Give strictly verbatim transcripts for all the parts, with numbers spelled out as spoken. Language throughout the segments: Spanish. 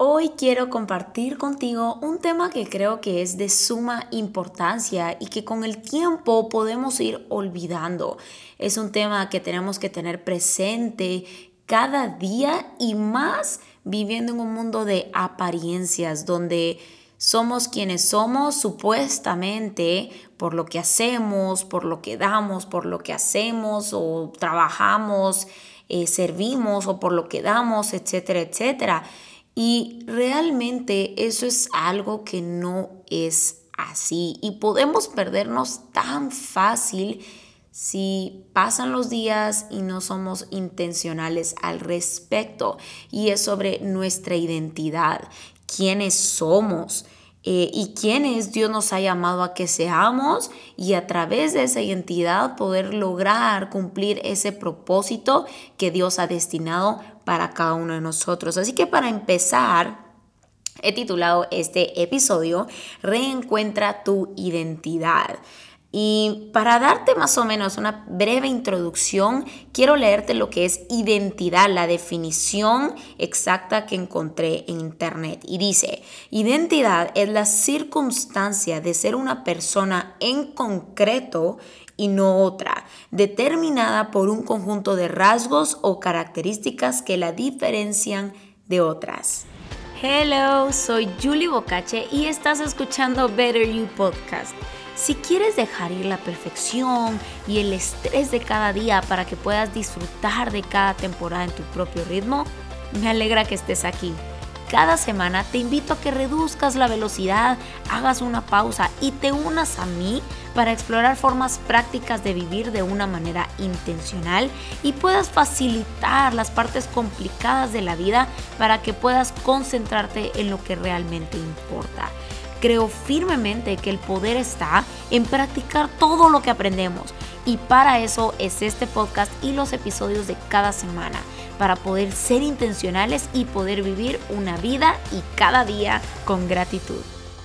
Hoy quiero compartir contigo un tema que creo que es de suma importancia y que con el tiempo podemos ir olvidando. Es un tema que tenemos que tener presente cada día y más viviendo en un mundo de apariencias donde somos quienes somos supuestamente por lo que hacemos, por lo que damos, por lo que hacemos o trabajamos, eh, servimos o por lo que damos, etcétera, etcétera. Y realmente eso es algo que no es así y podemos perdernos tan fácil si pasan los días y no somos intencionales al respecto. Y es sobre nuestra identidad, quiénes somos. Eh, y quiénes Dios nos ha llamado a que seamos y a través de esa identidad poder lograr cumplir ese propósito que Dios ha destinado para cada uno de nosotros. Así que para empezar, he titulado este episodio Reencuentra tu identidad. Y para darte más o menos una breve introducción, quiero leerte lo que es identidad, la definición exacta que encontré en internet. Y dice, identidad es la circunstancia de ser una persona en concreto y no otra, determinada por un conjunto de rasgos o características que la diferencian de otras. Hello, soy Julie Bocache y estás escuchando Better You Podcast. Si quieres dejar ir la perfección y el estrés de cada día para que puedas disfrutar de cada temporada en tu propio ritmo, me alegra que estés aquí. Cada semana te invito a que reduzcas la velocidad, hagas una pausa y te unas a mí para explorar formas prácticas de vivir de una manera intencional y puedas facilitar las partes complicadas de la vida para que puedas concentrarte en lo que realmente importa. Creo firmemente que el poder está en practicar todo lo que aprendemos y para eso es este podcast y los episodios de cada semana, para poder ser intencionales y poder vivir una vida y cada día con gratitud.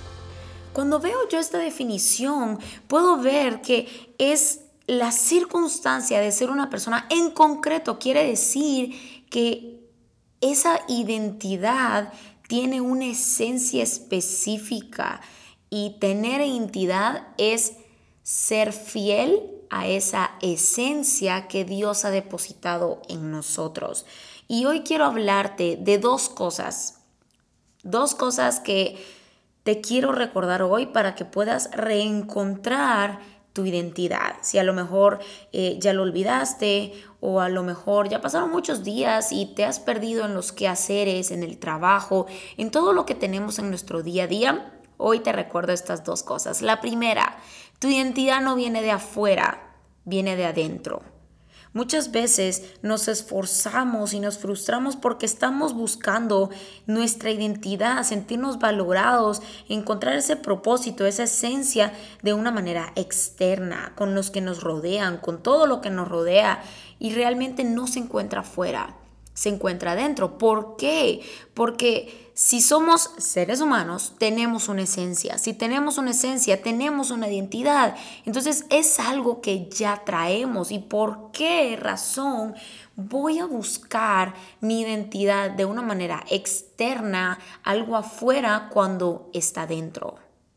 Cuando veo yo esta definición, puedo ver que es la circunstancia de ser una persona en concreto. Quiere decir que esa identidad tiene una esencia específica y tener identidad es ser fiel a esa esencia que Dios ha depositado en nosotros. Y hoy quiero hablarte de dos cosas, dos cosas que te quiero recordar hoy para que puedas reencontrar tu identidad. Si a lo mejor eh, ya lo olvidaste o a lo mejor ya pasaron muchos días y te has perdido en los quehaceres, en el trabajo, en todo lo que tenemos en nuestro día a día, hoy te recuerdo estas dos cosas. La primera, tu identidad no viene de afuera, viene de adentro. Muchas veces nos esforzamos y nos frustramos porque estamos buscando nuestra identidad, sentirnos valorados, encontrar ese propósito, esa esencia de una manera externa, con los que nos rodean, con todo lo que nos rodea y realmente no se encuentra afuera, se encuentra adentro. ¿Por qué? Porque si somos seres humanos, tenemos una esencia. Si tenemos una esencia, tenemos una identidad. Entonces es algo que ya traemos. ¿Y por qué razón voy a buscar mi identidad de una manera externa, algo afuera, cuando está dentro?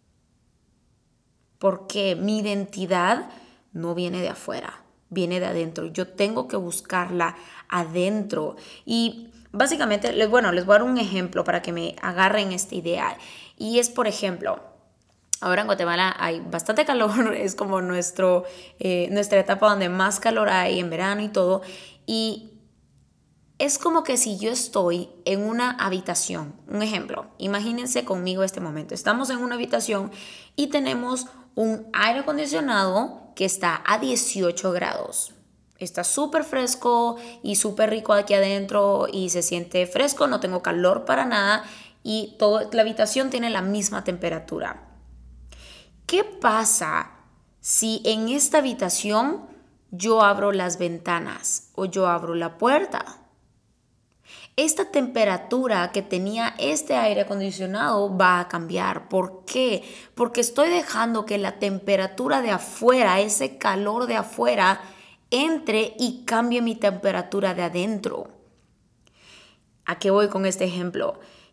Porque mi identidad no viene de afuera, viene de adentro. Yo tengo que buscarla adentro. Y básicamente, les, bueno, les voy a dar un ejemplo para que me agarren esta idea. Y es, por ejemplo, ahora en Guatemala hay bastante calor, es como nuestro, eh, nuestra etapa donde más calor hay en verano y todo. Y es como que si yo estoy en una habitación, un ejemplo, imagínense conmigo este momento. Estamos en una habitación y tenemos un aire acondicionado que está a dieciocho grados. Está súper fresco y súper rico aquí adentro y se siente fresco, no tengo calor para nada y toda la habitación tiene la misma temperatura. ¿Qué pasa si en esta habitación yo abro las ventanas o yo abro la puerta? Esta temperatura que tenía este aire acondicionado va a cambiar. ¿Por qué? Porque estoy dejando que la temperatura de afuera, ese calor de afuera, entre y cambie mi temperatura de adentro. ¿A qué voy con este ejemplo?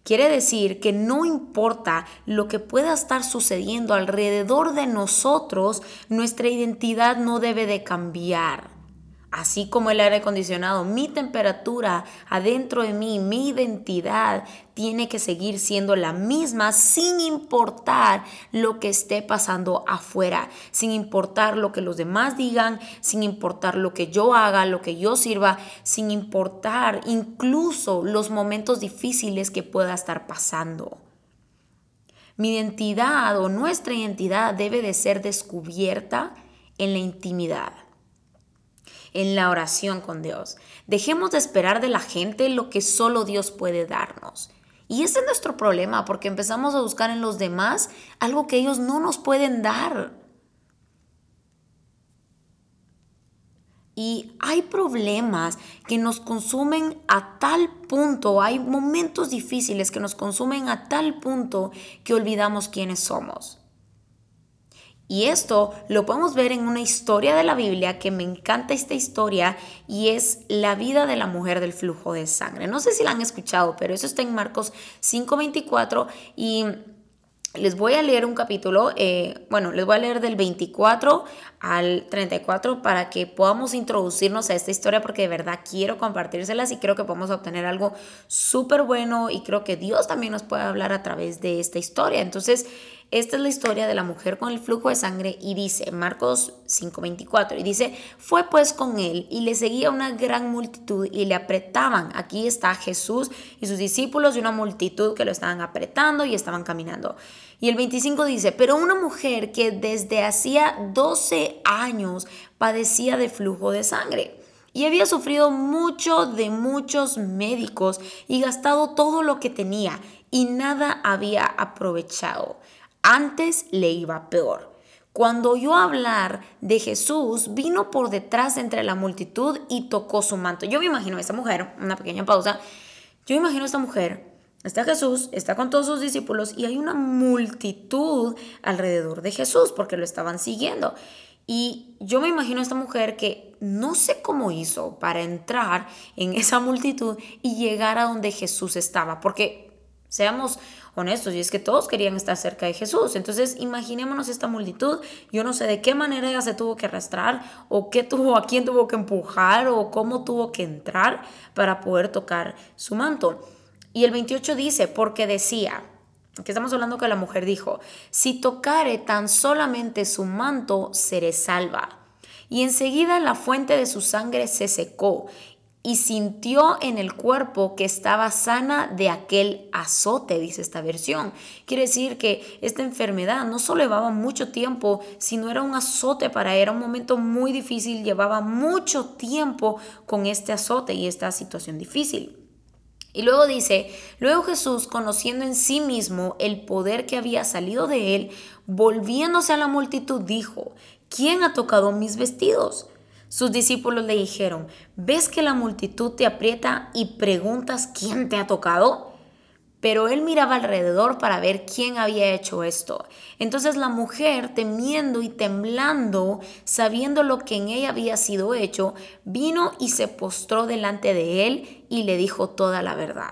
Quiere decir que no importa lo que pueda estar sucediendo alrededor de nosotros, nuestra identidad no debe de cambiar. Así como el aire acondicionado, mi temperatura adentro de mí, mi identidad tiene que seguir siendo la misma sin importar lo que esté pasando afuera, sin importar lo que los demás digan, sin importar lo que yo haga, lo que yo sirva, sin importar incluso los momentos difíciles que pueda estar pasando. Mi identidad o nuestra identidad debe de ser descubierta en la intimidad, en la oración con Dios. Dejemos de esperar de la gente lo que solo Dios puede darnos. Y ese es nuestro problema, porque empezamos a buscar en los demás algo que ellos no nos pueden dar. Y hay problemas que nos consumen a tal punto, hay momentos difíciles que nos consumen a tal punto que olvidamos quiénes somos. Y esto lo podemos ver en una historia de la Biblia que me encanta esta historia y es la vida de la mujer del flujo de sangre. No sé si la han escuchado, pero eso está en Marcos cinco veinticuatro y les voy a leer un capítulo, eh, bueno, les voy a leer del veinticuatro al treinta y cuatro para que podamos introducirnos a esta historia porque de verdad quiero compartírselas y creo que podemos obtener algo súper bueno y creo que Dios también nos puede hablar a través de esta historia. Entonces, esta es la historia de la mujer con el flujo de sangre y dice, Marcos cinco veinticuatro, y dice, fue pues con él y le seguía una gran multitud y le apretaban. Aquí está Jesús y sus discípulos y una multitud que lo estaban apretando y estaban caminando. Y el veinticinco dice, pero una mujer que desde hacía doce años padecía de flujo de sangre y había sufrido mucho de muchos médicos y gastado todo lo que tenía y nada había aprovechado. Antes le iba peor. Cuando oyó hablar de Jesús, vino por detrás entre la multitud y tocó su manto. Yo me imagino a esta mujer, una pequeña pausa, yo me imagino a esta mujer, está Jesús, está con todos sus discípulos y hay una multitud alrededor de Jesús porque lo estaban siguiendo. Y yo me imagino a esta mujer que no sé cómo hizo para entrar en esa multitud y llegar a donde Jesús estaba, porque seamos honestos, y es que todos querían estar cerca de Jesús. Entonces, imaginémonos esta multitud. Yo no sé de qué manera ella se tuvo que arrastrar, o qué tuvo, a quién tuvo que empujar, o cómo tuvo que entrar para poder tocar su manto. Y el veintiocho dice, porque decía, que estamos hablando que la mujer dijo, si tocare tan solamente su manto, seré salva. Y enseguida la fuente de su sangre se secó y sintió en el cuerpo que estaba sana de aquel azote, dice esta versión. Quiere decir que esta enfermedad no solo llevaba mucho tiempo, sino era un azote para ella, era un momento muy difícil, llevaba mucho tiempo con este azote y esta situación difícil. Y luego dice, luego Jesús, conociendo en sí mismo el poder que había salido de él, volviéndose a la multitud, dijo, ¿quién ha tocado mis vestidos? Sus discípulos le dijeron, ¿ves que la multitud te aprieta y preguntas quién te ha tocado? Pero él miraba alrededor para ver quién había hecho esto. Entonces la mujer, temiendo y temblando, sabiendo lo que en ella había sido hecho, vino y se postró delante de él y le dijo toda la verdad.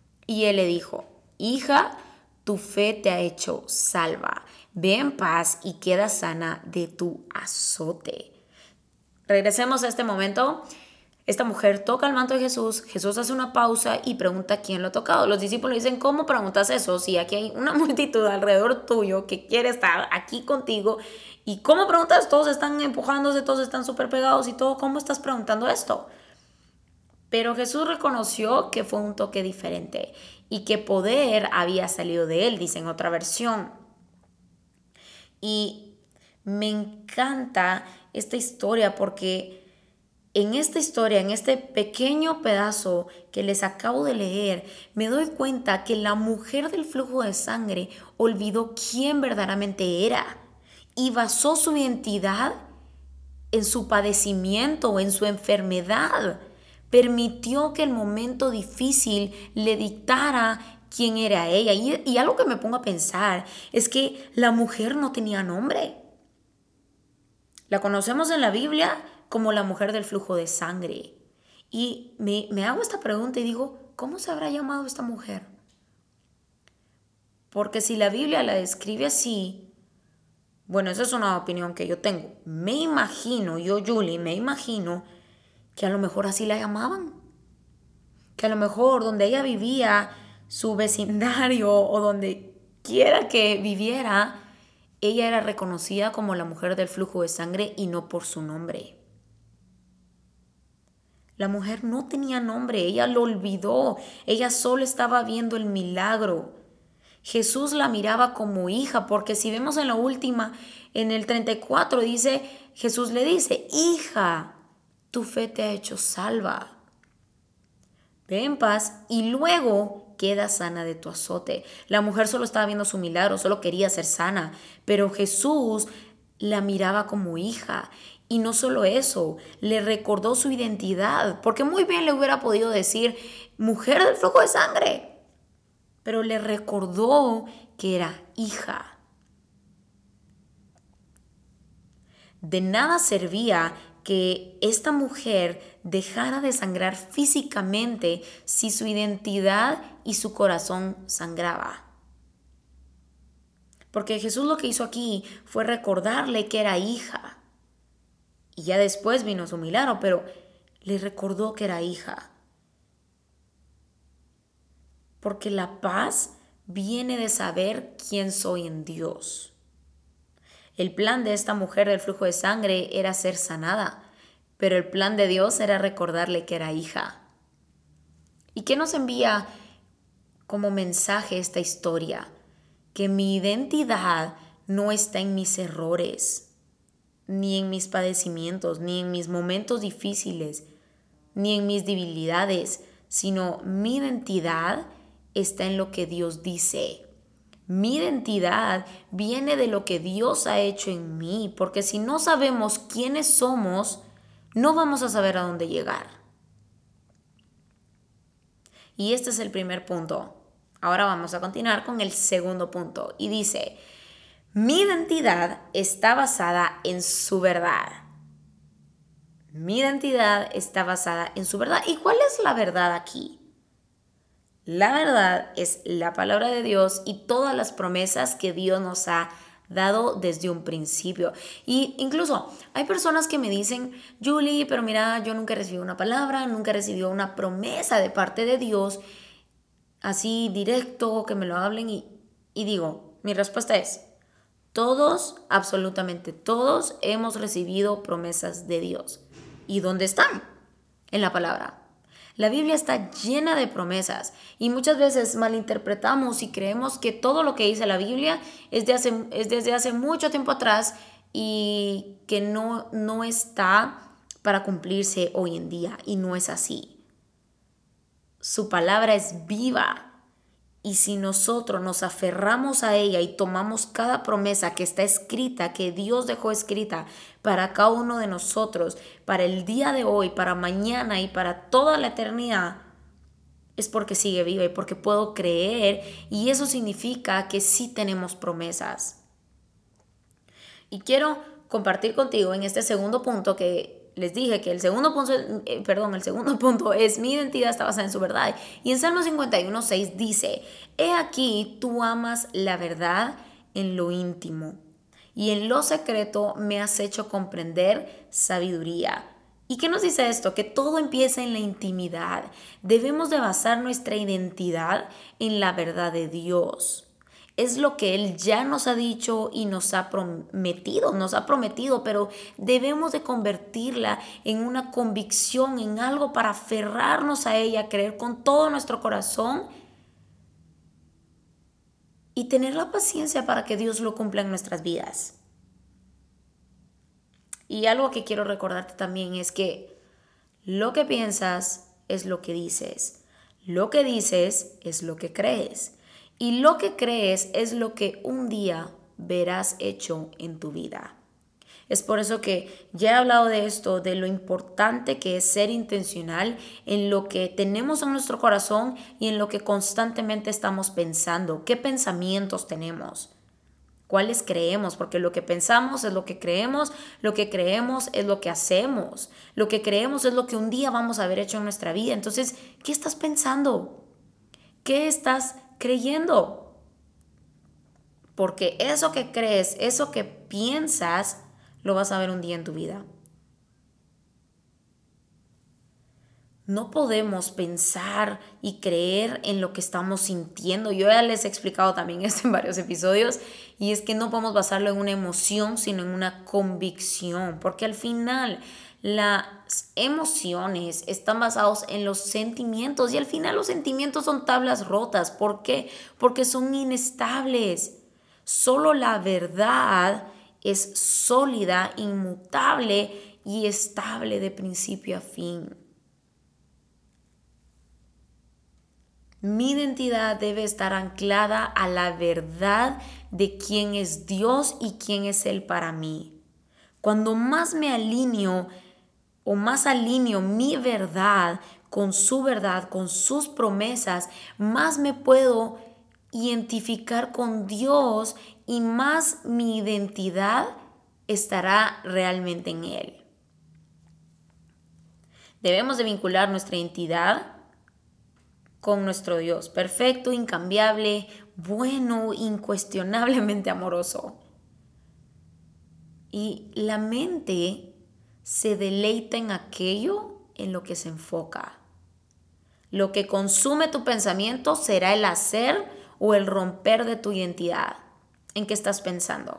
Y él le dijo, hija, tu fe te ha hecho salva. Ve en paz y queda sana de tu azote. Regresemos a este momento. Esta mujer toca el manto de Jesús, Jesús hace una pausa y pregunta quién lo ha tocado. Los discípulos dicen, ¿cómo preguntas eso? Si aquí hay una multitud alrededor tuyo que quiere estar aquí contigo. ¿Y cómo preguntas? Todos están empujándose, todos están súper pegados y todo. ¿Cómo estás preguntando esto? Pero Jesús reconoció que fue un toque diferente y que poder había salido de él, dice en otra versión. Y me encanta esta historia porque en esta historia, en este pequeño pedazo que les acabo de leer, me doy cuenta que la mujer del flujo de sangre olvidó quién verdaderamente era y basó su identidad en su padecimiento, en su enfermedad. Permitió que el momento difícil le dictara quién era ella. Y, y algo que me pongo a pensar es que la mujer no tenía nombre. La conocemos en la Biblia como la mujer del flujo de sangre. Y me, me hago esta pregunta y digo, ¿cómo se habrá llamado esta mujer? Porque si la Biblia la describe así, bueno, esa es una opinión que yo tengo. Me imagino, yo, Julie, me imagino que a lo mejor así la llamaban. Que a lo mejor donde ella vivía, su vecindario o donde quiera que viviera, ella era reconocida como la mujer del flujo de sangre y no por su nombre. La mujer no tenía nombre, ella lo olvidó, ella solo estaba viendo el milagro. Jesús la miraba como hija, porque si vemos en la última, en el treinta y cuatro dice, Jesús le dice, hija, tu fe te ha hecho salva. Ve en paz y luego queda sana de tu azote. La mujer solo estaba viendo su milagro, solo quería ser sana, pero Jesús la miraba como hija. Y no solo eso, le recordó su identidad, porque muy bien le hubiera podido decir mujer del flujo de sangre, pero le recordó que era hija. De nada servía que esta mujer dejara de sangrar físicamente si su identidad y su corazón sangraba. Porque Jesús lo que hizo aquí fue recordarle que era hija. Y ya después vino su milagro, pero le recordó que era hija. Porque la paz viene de saber quién soy en Dios. El plan de esta mujer del flujo de sangre era ser sanada, pero el plan de Dios era recordarle que era hija. ¿Y qué nos envía como mensaje esta historia? Que mi identidad no está en mis errores, ni en mis padecimientos, ni en mis momentos difíciles, ni en mis debilidades, sino mi identidad está en lo que Dios dice. Mi identidad viene de lo que Dios ha hecho en mí, porque si no sabemos quiénes somos, no vamos a saber a dónde llegar. Y este es el primer punto. Ahora vamos a continuar con el segundo punto. Y dice, mi identidad está basada en su verdad. Mi identidad está basada en su verdad. ¿Y cuál es la verdad aquí? La verdad es la palabra de Dios y todas las promesas que Dios nos ha dado desde un principio. Y incluso hay personas que me dicen, Julie, pero mira, yo nunca he recibido una palabra, nunca he recibido una promesa de parte de Dios, así directo, que me lo hablen. Y, y digo, mi respuesta es, todos, absolutamente todos, hemos recibido promesas de Dios. ¿Y dónde están? En la palabra. La Biblia está llena de promesas y muchas veces malinterpretamos y creemos que todo lo que dice la Biblia es, de hace, es desde hace mucho tiempo atrás y que no, no está para cumplirse hoy en día, y no es así. Su palabra es viva. Y si nosotros nos aferramos a ella y tomamos cada promesa que está escrita, que Dios dejó escrita para cada uno de nosotros, para el día de hoy, para mañana y para toda la eternidad, es porque sigue viva y porque puedo creer, y eso significa que sí tenemos promesas. Y quiero compartir contigo en este segundo punto que les dije que el segundo punto, eh, perdón, el segundo punto es mi identidad está basada en su verdad. Y en Salmo cincuenta y uno seis dice, he aquí tú amas la verdad en lo íntimo y en lo secreto me has hecho comprender sabiduría. ¿Y qué nos dice esto? Que todo empieza en la intimidad. Debemos de basar nuestra identidad en la verdad de Dios. Es lo que Él ya nos ha dicho y nos ha prometido, nos ha prometido, pero debemos de convertirla en una convicción, en algo para aferrarnos a ella, creer con todo nuestro corazón y tener la paciencia para que Dios lo cumpla en nuestras vidas. Y algo que quiero recordarte también es que lo que piensas es lo que dices, lo que dices es lo que crees. Y lo que crees es lo que un día verás hecho en tu vida. Es por eso que ya he hablado de esto, de lo importante que es ser intencional en lo que tenemos en nuestro corazón y en lo que constantemente estamos pensando. ¿Qué pensamientos tenemos? ¿Cuáles creemos? Porque lo que pensamos es lo que creemos, lo que creemos es lo que hacemos, lo que creemos es lo que un día vamos a ver hecho en nuestra vida. Entonces, ¿qué estás pensando? ¿Qué estás creyendo? Porque eso que crees, eso que piensas, lo vas a ver un día en tu vida. No podemos pensar y creer en lo que estamos sintiendo. Yo ya les he explicado también esto en varios episodios, y es que no podemos basarlo en una emoción, sino en una convicción, porque al final las emociones están basadas en los sentimientos, y al final los sentimientos son tablas rotas. ¿Por qué? Porque son inestables. Solo la verdad es sólida, inmutable y estable de principio a fin. Mi identidad debe estar anclada a la verdad de quién es Dios y quién es Él para mí. Cuando más me alineo o más alineo mi verdad con su verdad, con sus promesas, más me puedo identificar con Dios y más mi identidad estará realmente en Él. Debemos de vincular nuestra identidad con nuestro Dios, perfecto, incambiable, bueno, incuestionablemente amoroso. Y la mente se deleita en aquello en lo que se enfoca. Lo que consume tu pensamiento será el hacer o el romper de tu identidad. ¿En qué estás pensando?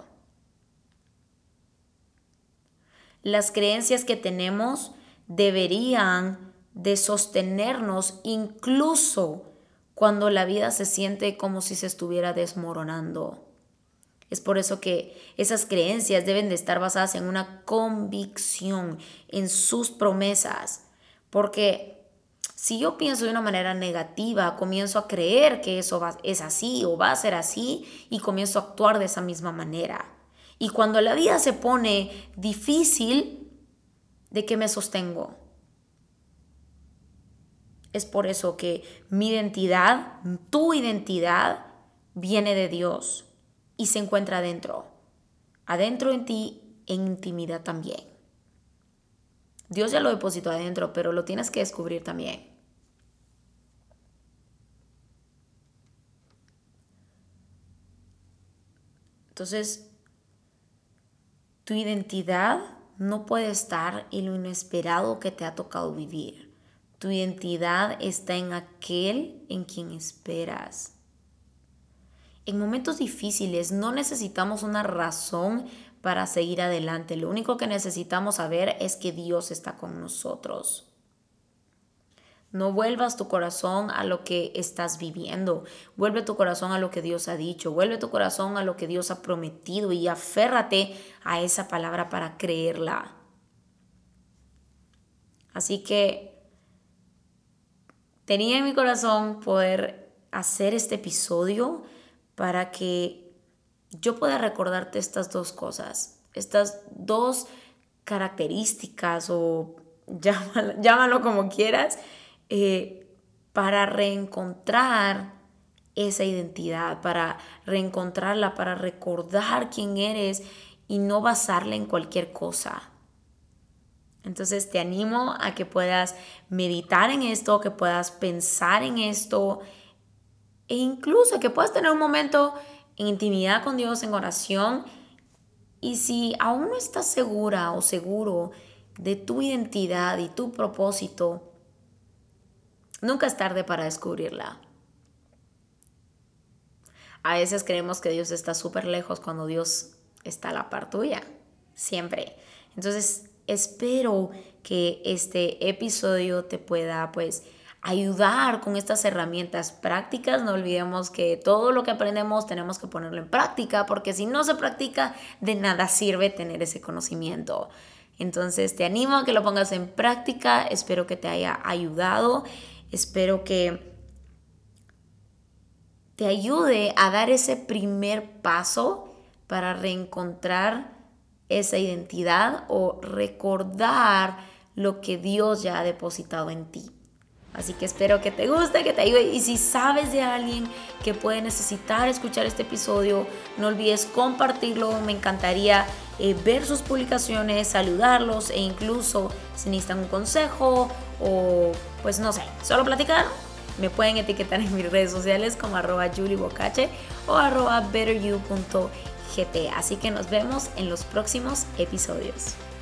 Las creencias que tenemos deberían de sostenernos incluso cuando la vida se siente como si se estuviera desmoronando. Es por eso que esas creencias deben de estar basadas en una convicción, en sus promesas. Porque si yo pienso de una manera negativa, comienzo a creer que eso va, es así o va a ser así, y comienzo a actuar de esa misma manera. Y cuando la vida se pone difícil, ¿de qué me sostengo? Es por eso que mi identidad, tu identidad, viene de Dios y se encuentra adentro. Adentro en ti, en intimidad también. Dios ya lo depositó adentro, pero lo tienes que descubrir también. Entonces, tu identidad no puede estar en lo inesperado que te ha tocado vivir. Tu identidad está en aquel en quien esperas. En momentos difíciles no necesitamos una razón para seguir adelante. Lo único que necesitamos saber es que Dios está con nosotros. No vuelvas tu corazón a lo que estás viviendo. Vuelve tu corazón a lo que Dios ha dicho. Vuelve tu corazón a lo que Dios ha prometido y aférrate a esa palabra para creerla. Así que tenía en mi corazón poder hacer este episodio para que yo pueda recordarte estas dos cosas, estas dos características, o llámalo, llámalo como quieras, eh, para reencontrar esa identidad, para reencontrarla, para recordar quién eres y no basarla en cualquier cosa. Entonces te animo a que puedas meditar en esto, que puedas pensar en esto, e incluso que puedas tener un momento en intimidad con Dios, en oración. Y si aún no estás segura o seguro de tu identidad y tu propósito, nunca es tarde para descubrirla. A veces creemos que Dios está súper lejos cuando Dios está a la par tuya, siempre. Entonces, espero que este episodio te pueda, pues, ayudar con estas herramientas prácticas. No olvidemos que todo lo que aprendemos tenemos que ponerlo en práctica, porque si no se practica, de nada sirve tener ese conocimiento. Entonces, te animo a que lo pongas en práctica. Espero que te haya ayudado. Espero que te ayude a dar ese primer paso para reencontrar esa identidad o recordar lo que Dios ya ha depositado en ti. Así que espero que te guste, que te ayude. Y si sabes de alguien que puede necesitar escuchar este episodio, no olvides compartirlo. Me encantaría eh, ver sus publicaciones, saludarlos, e incluso si necesitan un consejo o pues no sé, solo platicar, Me pueden etiquetar en mis redes sociales como arroba juliebocache o arroba betteryou punto gt. Así que nos vemos en los próximos episodios.